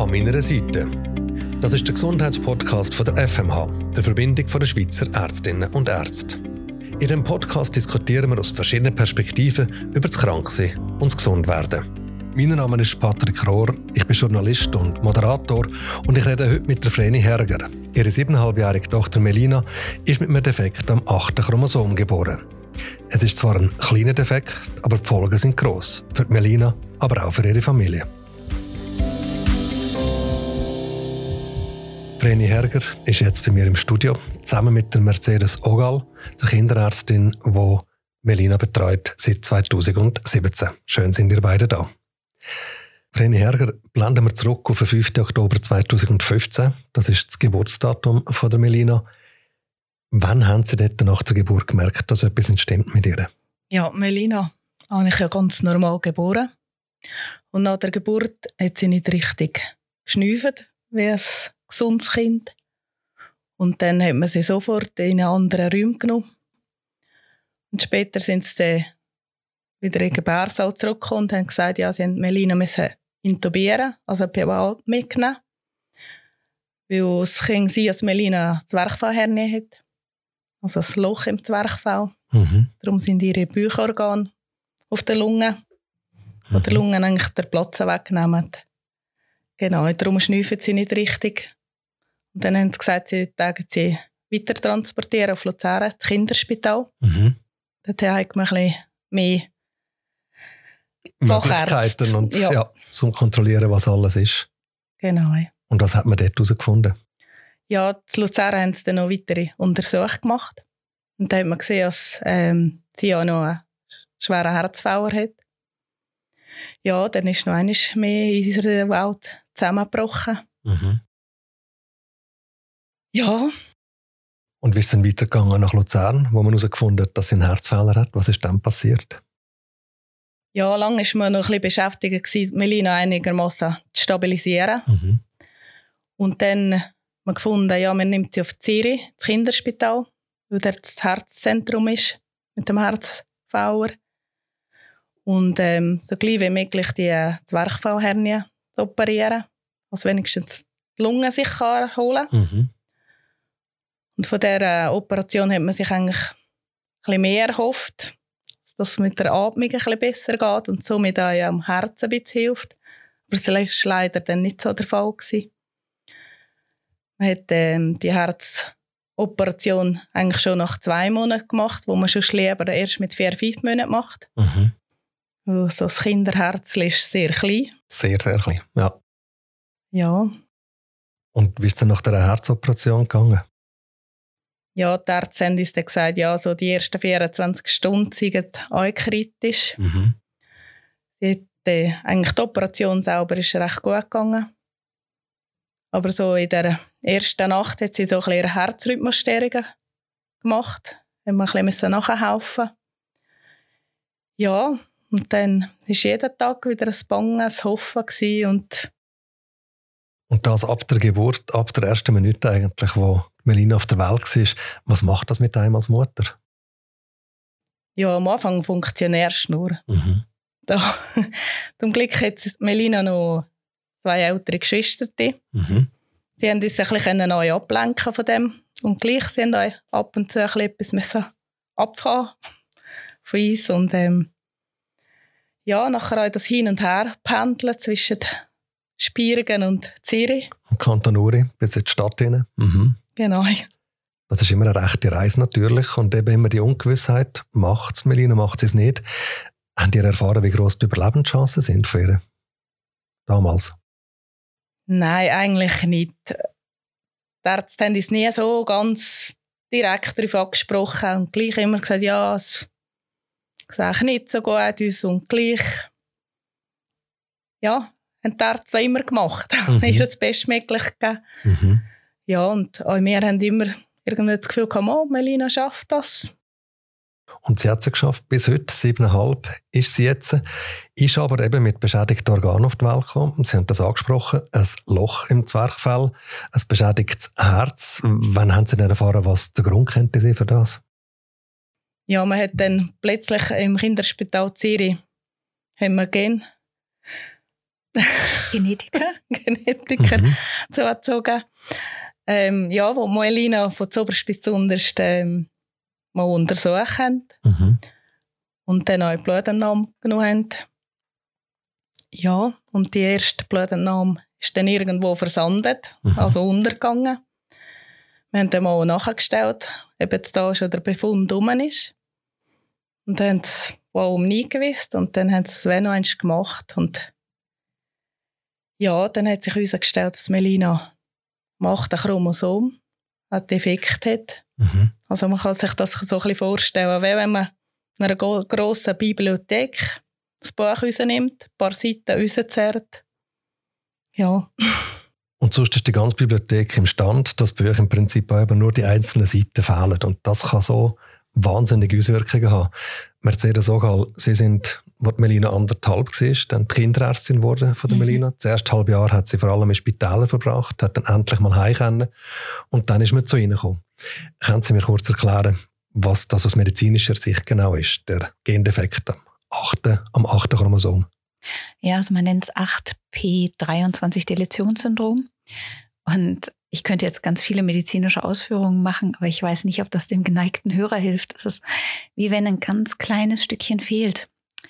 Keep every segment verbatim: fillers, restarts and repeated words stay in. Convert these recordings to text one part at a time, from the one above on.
An meiner Seite. Das ist der Gesundheitspodcast von der F M H, der Verbindung der Schweizer Ärztinnen und Ärzte. In diesem Podcast diskutieren wir aus verschiedenen Perspektiven über das Kranksein und das Gesundwerden. Mein Name ist Patrick Rohr, ich bin Journalist und Moderator und ich rede heute mit der Vreni Herger. Ihre siebeneinhalbjährige Tochter Melina ist mit einem Defekt am achten Chromosom geboren. Es ist zwar ein kleiner Defekt, aber die Folgen sind gross. Für Melina, aber auch für ihre Familie. Vreni Herger ist jetzt bei mir im Studio, zusammen mit der Mercedes Ogal, der Kinderärztin, die Melina betreut seit zweitausendsiebzehn. Schön sind ihr beide da. Vreni Herger, blenden wir zurück auf den fünften Oktober zweitausendfünfzehn. Das ist das Geburtsdatum von der Melina. Wann haben Sie dort nach der Geburt gemerkt, dass etwas stimmt mit ihr? Ja, Melina habe ich ja ganz normal geboren. Und nach der Geburt hat sie nicht richtig geschnüffelt, wie ein gesundes Kind. Und dann hat man sie sofort in einen anderen Raum genommen. Und später sind sie dann wieder in den Gebärsaal zurückgekommen und haben gesagt, ja, sie müssen Melina müssen intubieren, also P V A mitnehmen. Weil es kann sein, dass Melina Zwerchfellhernie hat. Also ein Loch im Zwerchfell. Mhm. Darum sind ihre Bauchorgane auf der Lunge, wo mhm. der Lunge eigentlich den Platz wegnehmen. Genau, darum schnüffeln sie nicht richtig. Und dann haben sie gesagt, sie würden sie weiter transportieren auf Luzern, das Kinderspital. Mhm. Dort hat man ein bisschen mehr Möglichkeiten und ja. Ja, zum Kontrollieren, was alles ist. Genau. Und was hat man dort herausgefunden? Ja, in Luzern haben sie dann noch weitere Untersuchungen gemacht. Und da hat man gesehen, dass ähm, sie ja noch einen schweren Herzfehler hat. Ja, dann ist noch einmal mehr in unserer Welt zusammengebrochen. Mhm. Ja. Und wie ist es dann weitergegangen nach Luzern, wo man herausgefunden hat, dass sie einen Herzfehler hat? Was ist dann passiert? Ja, lange war man noch ein bisschen beschäftigt, Melina einigermaßen zu stabilisieren. Mhm. Und dann haben wir gefunden, ja, man nimmt sie auf Zürich, das Kinderspital, wo dort das Herzzentrum ist, mit dem Herzfehler. Und ähm, so gleich wie möglich die äh, Zwerchfellhernie operieren, also wenigstens die Lunge sich erholen kann. Mhm. Und von dieser äh, Operation hat man sich eigentlich ein bisschen mehr erhofft, dass es mit der Atmung ein bisschen besser geht und somit auch ja, am Herzen ein bisschen hilft. Aber es war leider dann nicht so der Fall gewesen. Man hat ähm, die Herzoperation eigentlich schon nach zwei Monaten gemacht, wo man schon lieber erst mit vier, fünf Monaten macht. Mhm. So das Kinderherz ist sehr klein. Sehr, sehr klein, ja. Ja. Und wie ist es dann nach der Herzoperation gegangen? Ja, die Ärzte haben uns dann gesagt, ja, so die ersten vierundzwanzig Stunden sind auch kritisch. Mhm. Die, die, eigentlich die Operation selber ist recht gut gegangen. Aber so in der ersten Nacht hat sie so ein bisschen Herzrhythmusstörungen gemacht. Da mussten wir ein bisschen nachhelfen. Ja, und dann war jeden Tag wieder ein Bangen, ein Hoffen gewesen und Und das ab der Geburt, ab der ersten Minute eigentlich, wo Melina auf der Welt war. Was macht das mit einem als Mutter? Ja, am Anfang Funktionärschnur. Mhm. Da, zum Glück hat Melina noch zwei ältere Geschwister. Mhm. Sie haben uns ein bisschen neu ablenken von dem. Und gleich sind auch ab und zu ein bisschen etwas abfahren von uns. Und ähm, ja, nachher auch das Hin- und Her pendeln zwischen Spierigen und Zürich. Und Kanton Uri bis in die Stadt hinein. Mhm. Genau. Das ist immer eine rechte Reise natürlich. Und eben immer die Ungewissheit, macht es Melina, macht sie es nicht. Haben ihr erfahren, wie gross die Überlebenschancen sind für ihr? Damals? Nein, eigentlich nicht. Die Ärzte haben uns nie so ganz direkt darauf angesprochen und gleich immer gesagt, ja, es sieht nicht so gut aus und gleich, ja, haben die Ärzte immer gemacht. Mhm. Ist das Bestmögliche gegeben. Mhm. Ja, und auch wir haben immer irgendwie das Gefühl gehabt, oh, Melina schafft das. Und sie hat es geschafft, bis heute, siebeneinhalb ist sie jetzt. Ist aber eben mit beschädigten Organen auf die Welt gekommen. Und Sie haben das angesprochen, ein Loch im Zwerchfell, ein beschädigtes Herz. Wann haben Sie denn erfahren, was der Grund könnte sein für das? Ja, man hat dann plötzlich im Kinderspital Zürich haben wir gehen Genetiker. Genetiker mhm. zugezogen. Ähm, ja, wo Melina von zuoberst bis zuunterst ähm, mal untersucht haben. Mhm. Und dann auch Blutentnahme genommen haben. Ja, und die erste Blutentnahme ist dann irgendwo versandet, mhm. also untergegangen. Wir haben dann mal nachgestellt, ob jetzt da schon der Befund rum ist. Und dann haben sie wow, um nie gewusst. Und dann haben sie es noch eins gemacht. Und ja, dann hat sich herausgestellt, dass Melina am achten Chromosom einen Defekt hat. Mhm. Also man kann sich das so ein bisschen vorstellen, wie wenn man in einer grossen Bibliothek das Buch rausnimmt, ein paar Seiten rauszerrt. Ja. Und sonst ist die ganze Bibliothek im Stand, dass Bücher im Prinzip aber nur die einzelnen Seiten fehlen. Und das kann so wahnsinnige Auswirkungen haben. Mercedes Ogal, Sie sind, als Melina anderthalb war, dann die Kinderärztin geworden von der mhm. Melina. Das erste halbe Jahr hat sie vor allem in Spitälern verbracht, hat dann endlich mal heim können. Und dann ist man zu Ihnen gekommen. Können Sie mir kurz erklären, was das aus medizinischer Sicht genau ist, der Gendefekt am achten, am achten Chromosom? Ja, also man nennt es acht p dreiundzwanzig Deletionssyndrom. Und ich könnte jetzt ganz viele medizinische Ausführungen machen, aber ich weiß nicht, ob das dem geneigten Hörer hilft. Es ist wie wenn ein ganz kleines Stückchen fehlt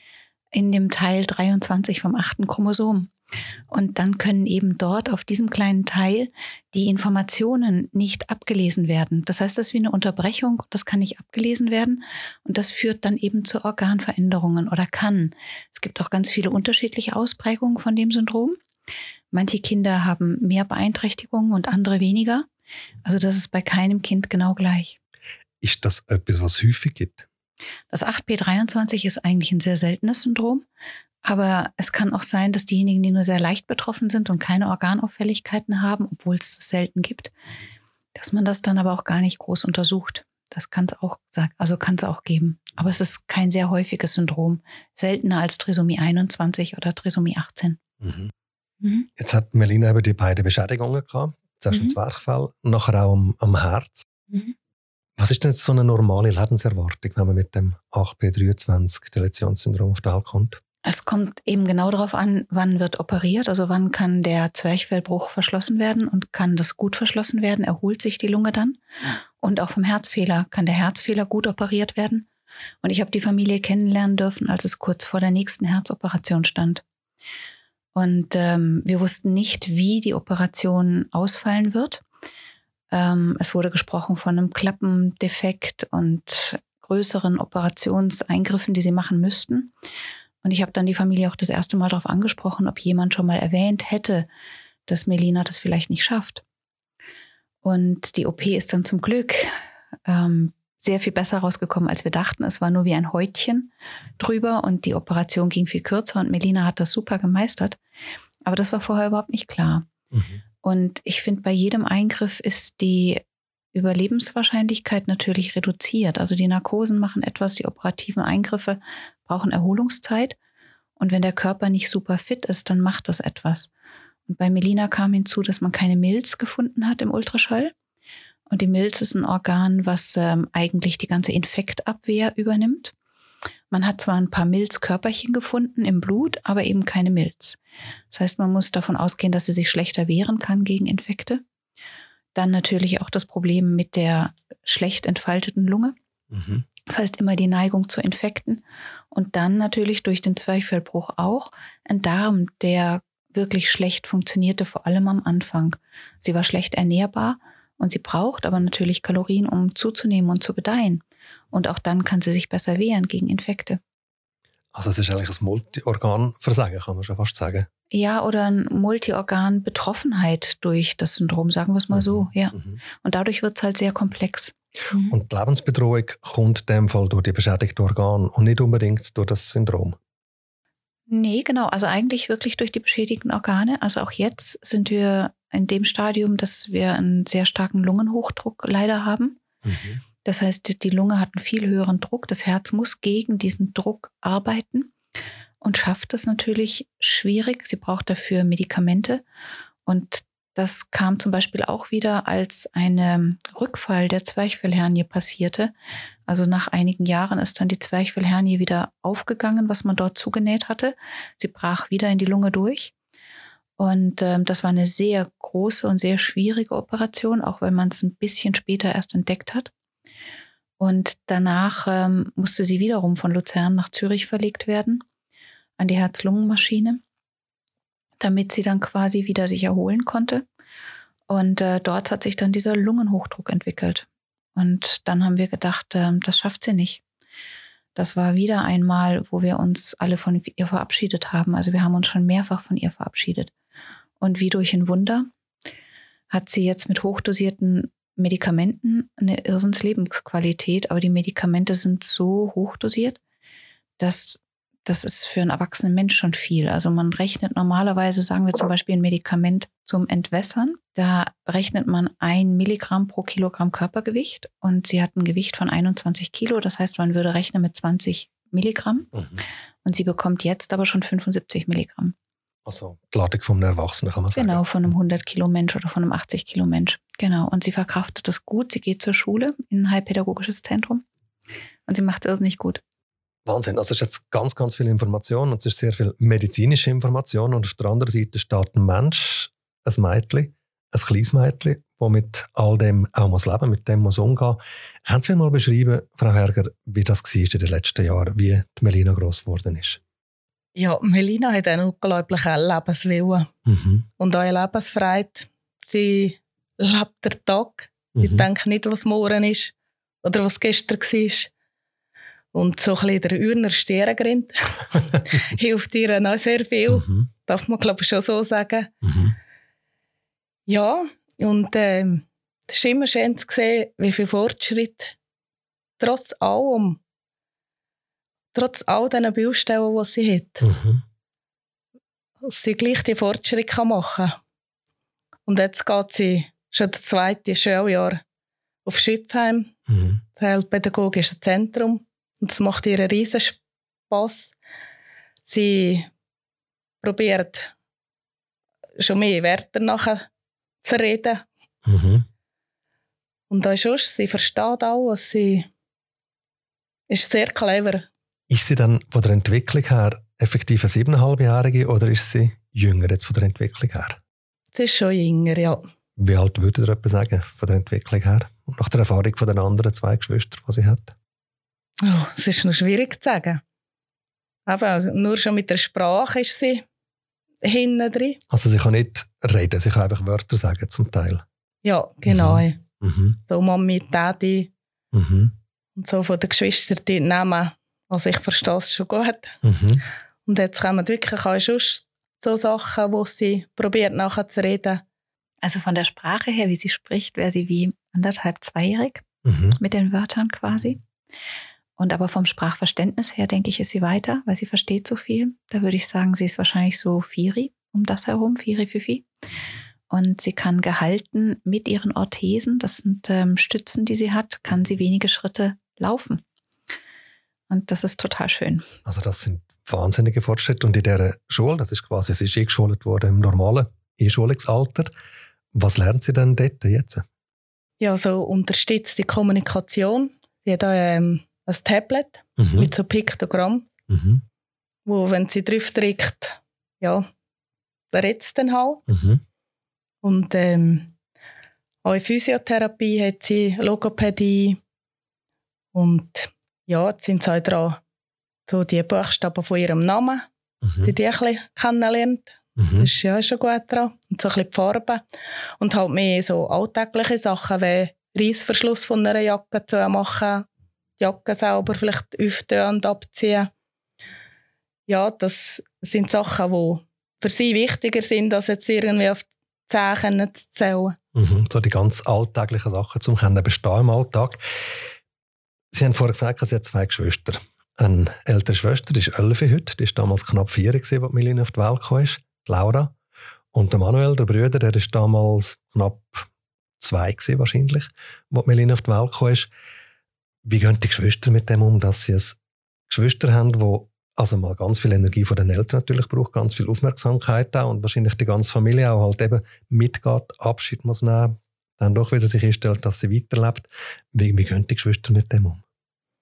in dem Teil dreiundzwanzig vom achten Chromosom. Und dann können eben dort auf diesem kleinen Teil die Informationen nicht abgelesen werden. Das heißt, das ist wie eine Unterbrechung, das kann nicht abgelesen werden und das führt dann eben zu Organveränderungen oder kann. Es gibt auch ganz viele unterschiedliche Ausprägungen von dem Syndrom. Manche Kinder haben mehr Beeinträchtigungen und andere weniger. Also das ist bei keinem Kind genau gleich. Ist das etwas, was es häufig gibt? Das acht p dreiundzwanzig ist eigentlich ein sehr seltenes Syndrom. Aber es kann auch sein, dass diejenigen, die nur sehr leicht betroffen sind und keine Organauffälligkeiten haben, obwohl es es selten gibt, dass man das dann aber auch gar nicht groß untersucht. Das kann es auch, also kann es auch geben. Aber es ist kein sehr häufiges Syndrom. Seltener als Trisomie einundzwanzig oder Trisomie achtzehn. Mhm. Mhm. Jetzt hat Melina eben die beiden Beschädigungen gehabt. Zuerst mhm. im Zwerchfell, nachher auch am, am Herz. Mhm. Was ist denn jetzt so eine normale Lebenserwartung, wenn man mit dem acht p dreiundzwanzig Deletionssyndrom auf die Welt kommt? Es kommt eben genau darauf an, wann wird operiert, also wann kann der Zwerchfellbruch verschlossen werden und kann das gut verschlossen werden, erholt sich die Lunge dann. Und auch vom Herzfehler kann der Herzfehler gut operiert werden. Und ich habe die Familie kennenlernen dürfen, als es kurz vor der nächsten Herzoperation stand. Und ähm, wir wussten nicht, wie die Operation ausfallen wird. Ähm, es wurde gesprochen von einem Klappendefekt und größeren Operationseingriffen, die sie machen müssten. Und ich habe dann die Familie auch das erste Mal darauf angesprochen, ob jemand schon mal erwähnt hätte, dass Melina das vielleicht nicht schafft. Und die O P ist dann zum Glück ähm, sehr viel besser rausgekommen, als wir dachten. Es war nur wie ein Häutchen drüber und die Operation ging viel kürzer und Melina hat das super gemeistert. Aber das war vorher überhaupt nicht klar. Mhm. Und ich finde, bei jedem Eingriff ist die Überlebenswahrscheinlichkeit natürlich reduziert. Also die Narkosen machen etwas, die operativen Eingriffe brauchen Erholungszeit. Und wenn der Körper nicht super fit ist, dann macht das etwas. Und bei Melina kam hinzu, dass man keine Milz gefunden hat im Ultraschall. Und die Milz ist ein Organ, was ähm, eigentlich die ganze Infektabwehr übernimmt. Man hat zwar ein paar Milzkörperchen gefunden im Blut, aber eben keine Milz. Das heißt, man muss davon ausgehen, dass sie sich schlechter wehren kann gegen Infekte. Dann natürlich auch das Problem mit der schlecht entfalteten Lunge. Mhm. Das heißt immer die Neigung zu Infekten. Und dann natürlich durch den Zwerchfellbruch auch ein Darm, der wirklich schlecht funktionierte, vor allem am Anfang. Sie war schlecht ernährbar und sie braucht aber natürlich Kalorien, um zuzunehmen und zu gedeihen. Und auch dann kann sie sich besser wehren gegen Infekte. Also es ist eigentlich ein Multiorganversagen, kann man schon fast sagen. Ja, oder eine Multiorgan-Betroffenheit durch das Syndrom, sagen wir es mal mhm. so. Ja. Mhm. Und dadurch wird es halt sehr komplex. Mhm. Und die Lebensbedrohung kommt in dem Fall durch die beschädigten Organe und nicht unbedingt durch das Syndrom? Nee, genau. Also eigentlich wirklich durch die beschädigten Organe. Also auch jetzt sind wir in dem Stadium, dass wir einen sehr starken Lungenhochdruck leider haben. Mhm. Das heißt, die Lunge hat einen viel höheren Druck. Das Herz muss gegen diesen Druck arbeiten und schafft das natürlich schwierig. Sie braucht dafür Medikamente. Und das kam zum Beispiel auch wieder, als ein Rückfall der Zwerchfellhernie passierte. Also nach einigen Jahren ist dann die Zwerchfellhernie wieder aufgegangen, was man dort zugenäht hatte. Sie brach wieder in die Lunge durch. Und ähm, das war eine sehr große und sehr schwierige Operation, auch wenn man es ein bisschen später erst entdeckt hat. Und danach ähm, musste sie wiederum von Luzern nach Zürich verlegt werden, an die Herz-Lungen-Maschine, damit sie dann quasi wieder sich erholen konnte. Und äh, dort hat sich dann dieser Lungenhochdruck entwickelt. Und dann haben wir gedacht, äh, das schafft sie nicht. Das war wieder einmal, wo wir uns alle von ihr verabschiedet haben. Also wir haben uns schon mehrfach von ihr verabschiedet. Und wie durch ein Wunder hat sie jetzt mit hochdosierten Medikamenten eine Irrsinns-Lebensqualität. Aber die Medikamente sind so hochdosiert, dass das ist für einen erwachsenen Mensch schon viel. Also man rechnet normalerweise, sagen wir zum Beispiel ein Medikament zum Entwässern, da rechnet man ein Milligramm pro Kilogramm Körpergewicht und sie hat ein Gewicht von einundzwanzig Kilo. Das heißt, man würde rechnen mit zwanzig Milligramm mhm. und sie bekommt jetzt aber schon fünfundsiebzig Milligramm. Also die Ladung vom Erwachsenen kann man sagen. Genau, von einem hundert Kilo Mensch oder von einem achtzig Kilo Mensch. Genau, und sie verkraftet das gut. Sie geht zur Schule in ein heilpädagogisches Zentrum und sie macht es nicht gut. Wahnsinn, also es ist jetzt ganz, ganz viel Information und es ist sehr viel medizinische Information und auf der anderen Seite steht ein Mensch, ein Mädchen, ein kleines Mädchen, das mit all dem auch muss leben, mit dem muss umgehen. Können Sie mir mal beschreiben, Frau Herger, wie das war in den letzten Jahren, wie die Melina gross geworden ist? Ja, Melina hat einen unglaublichen Lebenswillen mhm. und auch eine Lebensfreude. Sie lebt den Tag. Mhm. Ich denke nicht, was morgen ist oder was gestern war. Und so ein bisschen der Urner Stierengrind hilft ihr auch sehr viel. Mhm. Darf man, glaube ich, schon so sagen. Mhm. Ja, und äh, es ist immer schön zu sehen, wie viel Fortschritt trotz allem, trotz all diesen Baustellen, die sie hat, mhm. sie gleich die Fortschritte machen kann. Und jetzt geht sie schon das zweite Schuljahr auf Schüpfheim, mhm. das Heilpädagogische Zentrum. Und es macht ihr riesen Spass. Sie probiert schon mehr Wörter nachher zu reden. Mhm. Und auch sonst, sie versteht auch, was sie ist sehr clever. Ist sie dann von der Entwicklung her effektiv eine siebeneinhalbjährige oder ist sie jünger jetzt von der Entwicklung her? Sie ist schon jünger, ja. Wie alt würde ihr etwas sagen von der Entwicklung her? Und nach der Erfahrung von den anderen zwei Geschwistern, die sie hat? Oh, es ist noch schwierig zu sagen. Aber also nur schon mit der Sprache ist sie hinten drin. Also sie kann nicht reden, sie kann einfach Wörter sagen zum Teil? Ja, genau. Mhm. Mhm. So Mami, Daddy mhm. und so von den Geschwistern, die nehmen. Also ich verstehe es schon gut. Mhm. Und jetzt kommen wirklich auch schon so Sachen, wo sie probiert nachher zu reden. Also von der Sprache her, wie sie spricht, wäre sie wie anderthalb, zweijährig mhm. mit den Wörtern quasi. Und aber vom Sprachverständnis her, denke ich, ist sie weiter, weil sie versteht so viel. Da würde ich sagen, sie ist wahrscheinlich so Vieri, um das herum, Vieri, Fifi. Und sie kann gehalten mit ihren Orthesen, das sind ähm, Stützen, die sie hat, kann sie wenige Schritte laufen. Und das ist total schön. Also das sind wahnsinnige Fortschritte. Und in dieser Schule, das ist quasi, sie ist eingeschult worden im normalen Einschulungsalter. Was lernt sie denn dort jetzt? Ja, so unterstützte Kommunikation. Sie hat auch, ähm, ein Tablet mhm. mit so Piktogramm, mhm. wo, wenn sie drauf drückt, ja, da redet es dann halt. Mhm. Und ähm, auch in Physiotherapie hat sie Logopädie. Und ja, jetzt sind sie auch dran, so die Buchstaben von ihrem Namen, mhm. die die ein bisschen kennenlernt. Mhm. Das ist ja schon gut dran. Und so ein bisschen die Farben. Und halt mehr so alltägliche Sachen, wie Reissverschluss von einer Jacke zu machen, die Jacke selber vielleicht öffnen und abziehen. Ja, das sind Sachen, die für sie wichtiger sind, als jetzt irgendwie auf die Zähne zu zählen. Mhm, so die ganz alltäglichen Sachen, zum können bestehen im Alltag. Sie haben vorher gesagt, Sie haben zwei Geschwister. Eine ältere Schwester, die ist elf heute, die war damals knapp vier, als Melina auf die Welt kam, Laura. Und der Manuel, der Bruder, der war damals knapp zwei wahrscheinlich, als Melina auf die Welt kam. Wie gehen die Geschwister mit dem um, dass sie Geschwister haben, die also mal ganz viel Energie von den Eltern natürlich braucht, ganz viel Aufmerksamkeit auch und wahrscheinlich die ganze Familie auch halt eben mitgeht, Abschied muss nehmen, dann doch wieder sich einstellt, dass sie weiterlebt. Wie, wie gehen die Geschwister mit dem um?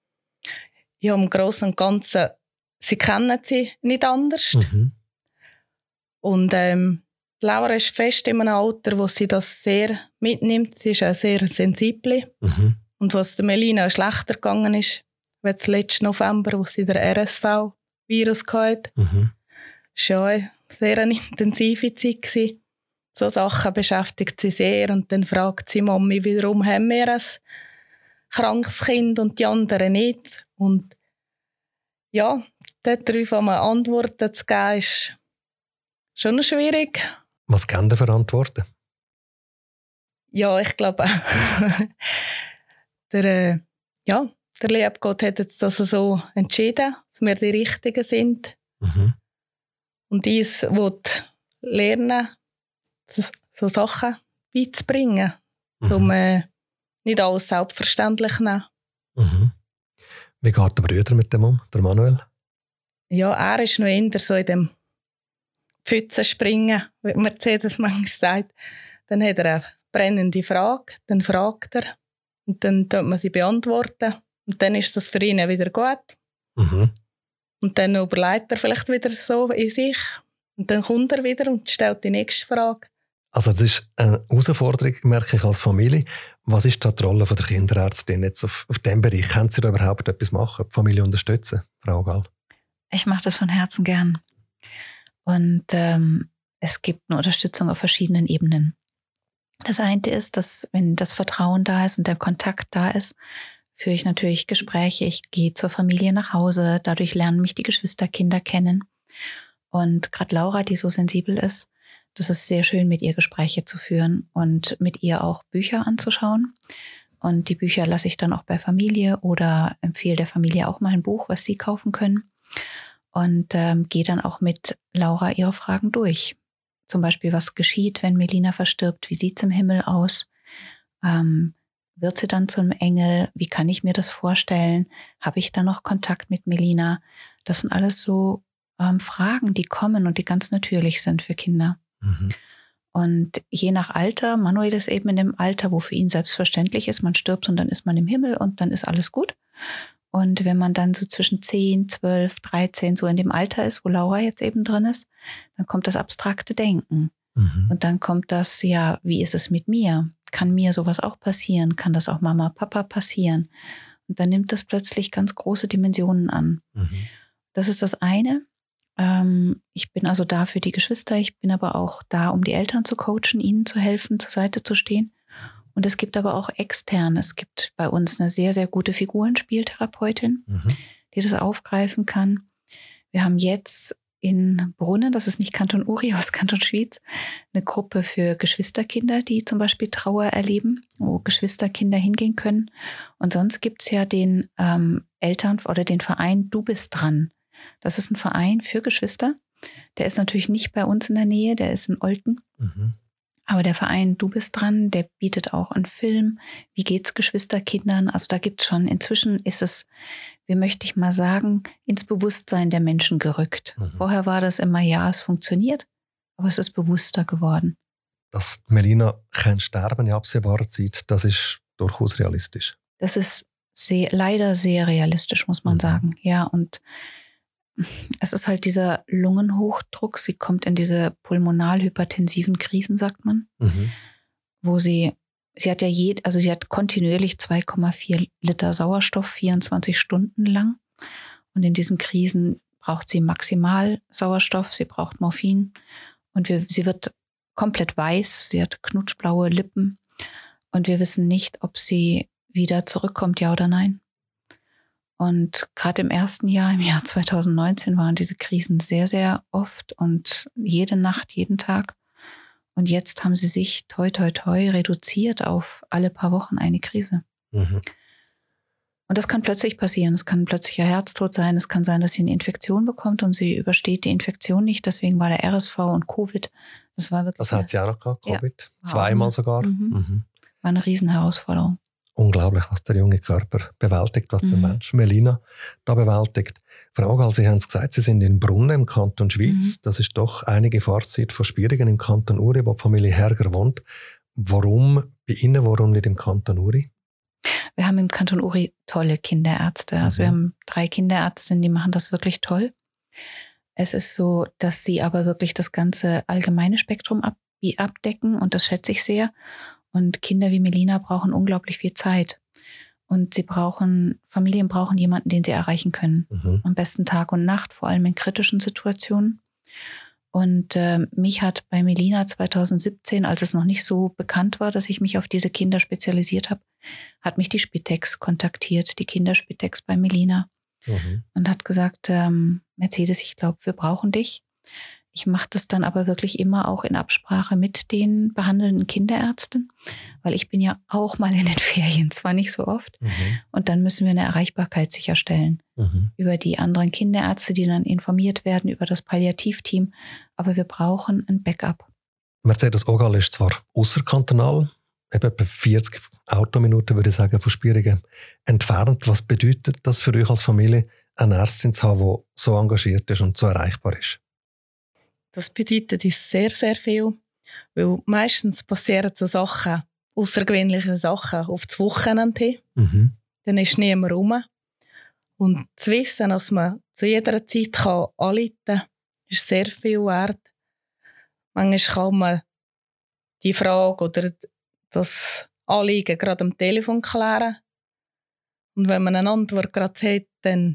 Ja, im Großen und Ganzen, sie kennen sie nicht anders. Mhm. Und ähm, Laura ist fest in einem Alter, wo sie das sehr mitnimmt. Sie ist auch sehr sensibel. Mhm. Und was der Melina schlechter gegangen ist, wie das letzten November, wo sie den R S V-Virus hatte, mhm. war ja eine sehr eine intensive Zeit gewesen. So Sachen beschäftigt sie sehr. Und dann fragt sie Mami, warum haben wir ein krankes Kind und die anderen nicht? Und ja, darauf eine Antworten zu geben, ist schon schwierig. Was geben Sie für Antworten? Ja, ich glaube, der, äh, ja, der liebe Gott hat jetzt das so entschieden, dass wir die Richtigen sind. Mhm. Und uns will lernen, so, so Sachen beizubringen, mhm. um äh, nicht alles selbstverständlich zu nehmen. Mhm. Wie geht der Bruder mit dem um, der Manuel? Ja, er ist noch eher so in dem Pfützen springen, wie Mercedes manchmal sagt. Dann hat er eine brennende Frage, dann fragt er und dann tut man sie beantworten und dann ist das für ihn wieder gut. Mhm. Und dann überlegt er vielleicht wieder so in sich und dann kommt er wieder und stellt die nächste Frage. Also das ist eine Herausforderung, merke ich, als Familie. Was ist da die Rolle von der Kinderärztin jetzt auf, auf diesem Bereich? Können Sie da überhaupt etwas machen, die Familie unterstützen, Frau Gall? Ich mache das von Herzen gern. Und ähm, es gibt eine Unterstützung auf verschiedenen Ebenen. Das eine ist, dass wenn das Vertrauen da ist und der Kontakt da ist, führe ich natürlich Gespräche. Ich gehe zur Familie nach Hause. Dadurch lernen mich die Geschwisterkinder kennen. Und gerade Laura, die so sensibel ist, das ist sehr schön, mit ihr Gespräche zu führen und mit ihr auch Bücher anzuschauen. Und die Bücher lasse ich dann auch bei Familie oder empfehle der Familie auch mal ein Buch, was sie kaufen können. Und ähm, gehe dann auch mit Laura ihre Fragen durch. Zum Beispiel, was geschieht, wenn Melina verstirbt? Wie sieht es im Himmel aus? Ähm, wird sie dann zu einem Engel? Wie kann ich mir das vorstellen? Habe ich dann noch Kontakt mit Melina? Das sind alles so ähm, Fragen, die kommen und die ganz natürlich sind für Kinder. Mhm. Und je nach Alter, Manuel ist eben in dem Alter, wo für ihn selbstverständlich ist, man stirbt und dann ist man im Himmel und dann ist alles gut. Und wenn man dann so zwischen zehn, zwölf, dreizehn so in dem Alter ist, wo Laura jetzt eben drin ist, dann kommt das abstrakte Denken. Mhm. Und dann kommt das, ja, wie ist es mit mir? Kann mir sowas auch passieren? Kann das auch Mama, Papa passieren? Und dann nimmt das plötzlich ganz große Dimensionen an. Mhm. Das ist das eine. Ähm, ich bin also da für die Geschwister. Ich bin aber auch da, um die Eltern zu coachen, ihnen zu helfen, zur Seite zu stehen. Und es gibt aber auch extern. Es gibt bei uns eine sehr, sehr gute Figurenspieltherapeutin, mhm. die das aufgreifen kann. Wir haben jetzt in Brunnen, das ist nicht Kanton Uri, aus Kanton Schwyz, eine Gruppe für Geschwisterkinder, die zum Beispiel Trauer erleben, wo Geschwisterkinder hingehen können. Und sonst gibt es ja den ähm, Eltern oder den Verein Du bist dran. Das ist ein Verein für Geschwister. Der ist natürlich nicht bei uns in der Nähe, der ist in Olten. Mhm. Aber der Verein Du bist dran, der bietet auch einen Film. Wie geht's Geschwisterkindern? Also da gibt's schon, inzwischen ist es, wie möchte ich mal sagen, ins Bewusstsein der Menschen gerückt. Mhm. Vorher war das immer, ja, es funktioniert, aber es ist bewusster geworden. Dass Melina kein Sterben in absehbarer Zeit, das ist durchaus realistisch. Das ist sehr, leider sehr realistisch, muss man mhm. sagen. Ja, und es ist halt dieser Lungenhochdruck. Sie kommt in diese pulmonal-hypertensiven Krisen, sagt man, mhm. wo sie, sie hat ja je, also sie hat kontinuierlich zwei Komma vier Liter Sauerstoff vierundzwanzig Stunden lang. Und in diesen Krisen braucht sie maximal Sauerstoff, sie braucht Morphin. Und wir, sie wird komplett weiß, sie hat knutschblaue Lippen. Und wir wissen nicht, ob sie wieder zurückkommt, ja oder nein. Und gerade im ersten Jahr, im Jahr zwanzig neunzehn, waren diese Krisen sehr, sehr oft und jede Nacht, jeden Tag. Und jetzt haben sie sich toi, toi, toi reduziert auf alle paar Wochen eine Krise. Mhm. Und das kann plötzlich passieren. Es kann plötzlicher Herztod sein. Es kann sein, dass sie eine Infektion bekommt und sie übersteht die Infektion nicht. Deswegen war der R S V und Covid. Das war wirklich. Das hat sie auch noch gehabt, Covid. Ja. Zweimal sogar. Mhm. Mhm. War eine Riesenherausforderung. Unglaublich, was der junge Körper bewältigt, was mhm. der Mensch, Melina, da bewältigt. Frau Gall, Sie haben es gesagt, Sie sind in Brunnen im Kanton Schwyz. Mhm. Das ist doch einige Fahrzeit von Spierigen im Kanton Uri, wo die Familie Herger wohnt. Warum bei Ihnen, warum nicht im Kanton Uri? Wir haben im Kanton Uri tolle Kinderärzte. Also mhm. wir haben drei Kinderärztinnen, die machen das wirklich toll. Es ist so, dass sie aber wirklich das ganze allgemeine Spektrum ab, abdecken und das schätze ich sehr. Und Kinder wie Melina brauchen unglaublich viel Zeit. Und sie brauchen, Familien brauchen jemanden, den sie erreichen können. Mhm. Am besten Tag und Nacht, vor allem in kritischen Situationen. Und äh, mich hat bei Melina zwanzig siebzehn, als es noch nicht so bekannt war, dass ich mich auf diese Kinder spezialisiert habe, hat mich die Spitex kontaktiert, die Kinderspitex bei Melina. Mhm. Und hat gesagt, ähm, Mercedes, ich glaube, wir brauchen dich. Ich mache das dann aber wirklich immer auch in Absprache mit den behandelnden Kinderärzten, weil ich bin ja auch mal in den Ferien, zwar nicht so oft. Mhm. Und dann müssen wir eine Erreichbarkeit sicherstellen mhm. über die anderen Kinderärzte, die dann informiert werden, über das Palliativteam. Aber wir brauchen ein Backup. Mercedes Ogal ist zwar ausserkantonal, eben etwa vierzig Autominuten, würde ich sagen, von Spierigen entfernt. Was bedeutet das für euch als Familie, eine Ärztin zu haben, die so engagiert ist und so erreichbar ist? Das bedeutet uns sehr, sehr viel, weil meistens passieren so Sachen, außergewöhnliche Sachen auf das Wochenende hin. Mhm. Dann ist niemand rum. Und zu wissen, dass man zu jeder Zeit anrufen kann, ist sehr viel wert. Manchmal kann man die Frage oder das Anliegen gerade am Telefon klären. Und wenn man eine Antwort gerade hat, dann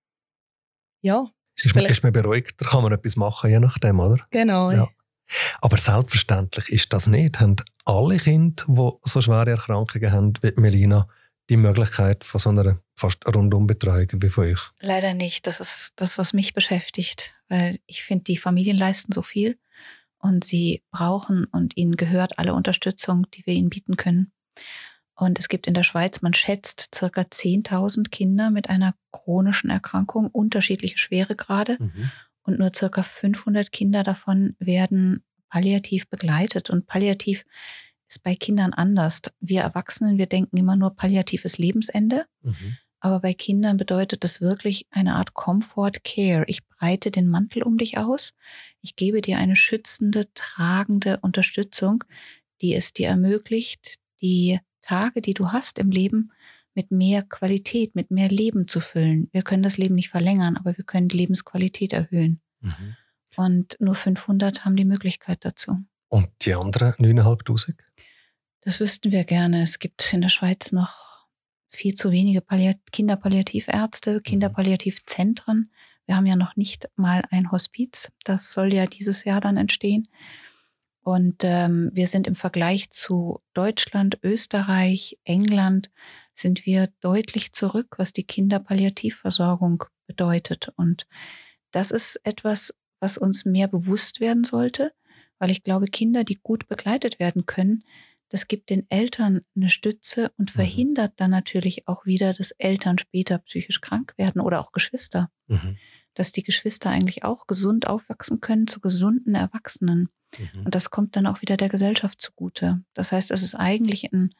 ja. Ist man, ist man beruhigter, kann man etwas machen, je nachdem, oder? Genau. Ja. Aber selbstverständlich ist das nicht. Haben alle Kinder, die so schwere Erkrankungen haben wie Melina, die Möglichkeit von so einer fast Rundumbetreuung wie von euch? Leider nicht. Das ist das, was mich beschäftigt. Weil ich finde, die Familien leisten so viel und sie brauchen und ihnen gehört alle Unterstützung, die wir ihnen bieten können. Und es gibt in der Schweiz, man schätzt, ca. zehntausend Kinder mit einer chronischen Erkrankung, unterschiedliche Schweregrade. Mhm. Und nur ca. fünfhundert Kinder davon werden palliativ begleitet. Und palliativ ist bei Kindern anders. Wir Erwachsenen, wir denken immer nur palliatives Lebensende. Mhm. Aber bei Kindern bedeutet das wirklich eine Art Comfort Care. Ich breite den Mantel um dich aus. Ich gebe dir eine schützende, tragende Unterstützung, die es dir ermöglicht, die Tage, die du hast im Leben, mit mehr Qualität, mit mehr Leben zu füllen. Wir können das Leben nicht verlängern, aber wir können die Lebensqualität erhöhen. Mhm. Und nur fünfhundert haben die Möglichkeit dazu. Und die anderen neuntausendfünfhundert? Das wüssten wir gerne. Es gibt in der Schweiz noch viel zu wenige Palliat- Kinderpalliativärzte, Kinderpalliativzentren. Wir haben ja noch nicht mal ein Hospiz. Das soll ja dieses Jahr dann entstehen. Und ähm, wir sind im Vergleich zu Deutschland, Österreich, England, sind wir deutlich zurück, was die Kinderpalliativversorgung bedeutet. Und das ist etwas, was uns mehr bewusst werden sollte, weil ich glaube, Kinder, die gut begleitet werden können, das gibt den Eltern eine Stütze und verhindert dann natürlich auch wieder, dass Eltern später psychisch krank werden oder auch Geschwister. Mhm. Dass die Geschwister eigentlich auch gesund aufwachsen können zu gesunden Erwachsenen. Mhm. Und das kommt dann auch wieder der Gesellschaft zugute. Das heißt, es ist eigentlich ein,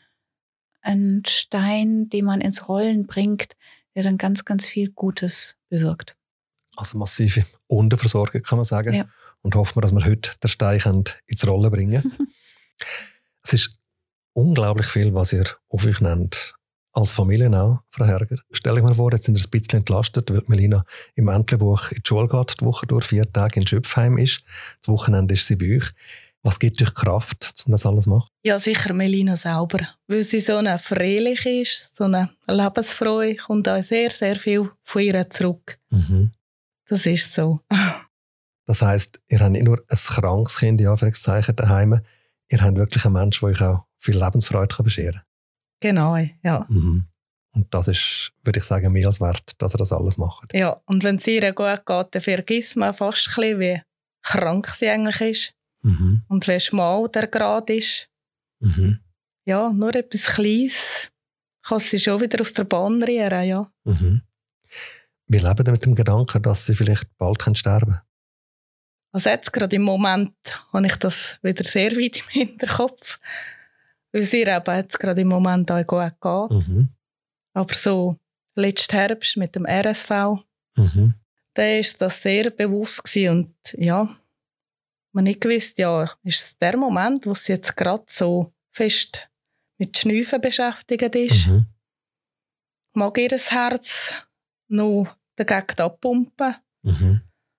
ein Stein, den man ins Rollen bringt, der dann ganz, ganz viel Gutes bewirkt. Also massive Unterversorgung, kann man sagen. Ja. Und hoffen wir, dass wir heute den Stein ins Rollen bringen können. Es ist unglaublich viel, was ihr auf euch nennt. Als Familie auch, Frau Herger. Stelle ich mir vor, jetzt sind ihr ein bisschen entlastet, weil Melina im Entlebuch in die Schule geht, die Woche durch, vier Tage in Schöpfheim ist. Das Wochenende ist sie bei euch. Was gibt euch Kraft, um das alles zu machen? Ja, sicher Melina selber. Weil sie so eine fröhlich ist, so eine Lebensfreude, kommt auch sehr, sehr viel von ihr zurück. Mhm. Das ist so. Das heisst, ihr habt nicht nur ein krankes Kind, in Anführungszeichen, daheim, ihr habt wirklich einen Menschen, der euch auch viel Lebensfreude bescheren kann. Genau, ja. Mhm. Und das ist, würde ich sagen, mehr als wert, dass er das alles macht. Ja, und wenn es ihr gut geht, dann vergisst man fast ein bisschen, wie krank sie eigentlich ist. Mhm. Und wie schmal der Grad ist. Mhm. Ja, nur etwas Kleines kann sie schon wieder aus der Bahn rühren, ja. Mhm. Wir leben mit dem Gedanken, dass sie vielleicht bald sterben können. Also jetzt gerade im Moment habe ich das wieder sehr weit im Hinterkopf. Weil es ihr eben jetzt gerade im Moment auch gut geht. Mhm. Aber so letzten Herbst mit dem R S V, mhm. da war das sehr bewusst gewesen. Und ja, man nicht gewusst, ja, ist es der Moment, wo sie jetzt gerade so fest mit Schnüffeln beschäftigt ist. Mhm. Mag ihr Herz noch dagegen abpumpen? Mhm.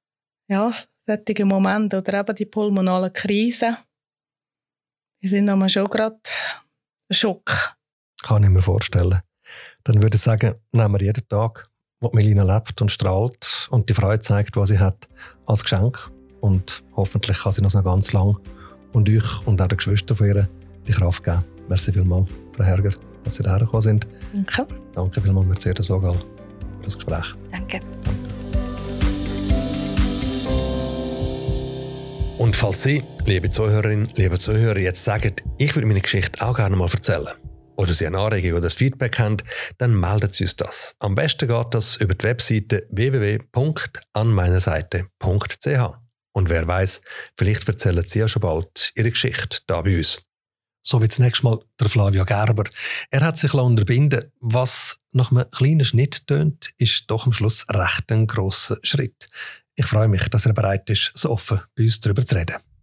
ja, solche Momente oder eben die pulmonale Krise, die sind nochmal schon gerade ein Schock. Kann ich mir vorstellen. Dann würde ich sagen, nehmen wir jeden Tag, wo Melina lebt und strahlt und die Freude zeigt, die sie hat, als Geschenk. Und hoffentlich kann sie noch ganz lang und euch und auch den Geschwistern von ihr die Kraft geben. Merci vielmals, Frau Herger, dass Sie hierher gekommen sind. Danke. Danke vielmals, Mercedes Ogal, für das Gespräch. Danke. Und falls Sie, liebe Zuhörerinnen, liebe Zuhörer, jetzt sagen, ich würde meine Geschichte auch gerne mal erzählen, oder Sie eine Anregung oder ein Feedback haben, dann melden Sie uns das. Am besten geht das über die Webseite w w w punkt an meiner Seite punkt c h. Und wer weiß, vielleicht erzählen Sie ja schon bald Ihre Geschichte hier bei uns. So wie zunächst mal der Flavio Gerber. Er hat sich unterbinden. Was nach einem kleinen Schnitt tönt, ist doch am Schluss recht ein grosser Schritt. Ich freue mich, dass er bereit ist, so offen bei uns darüber zu reden.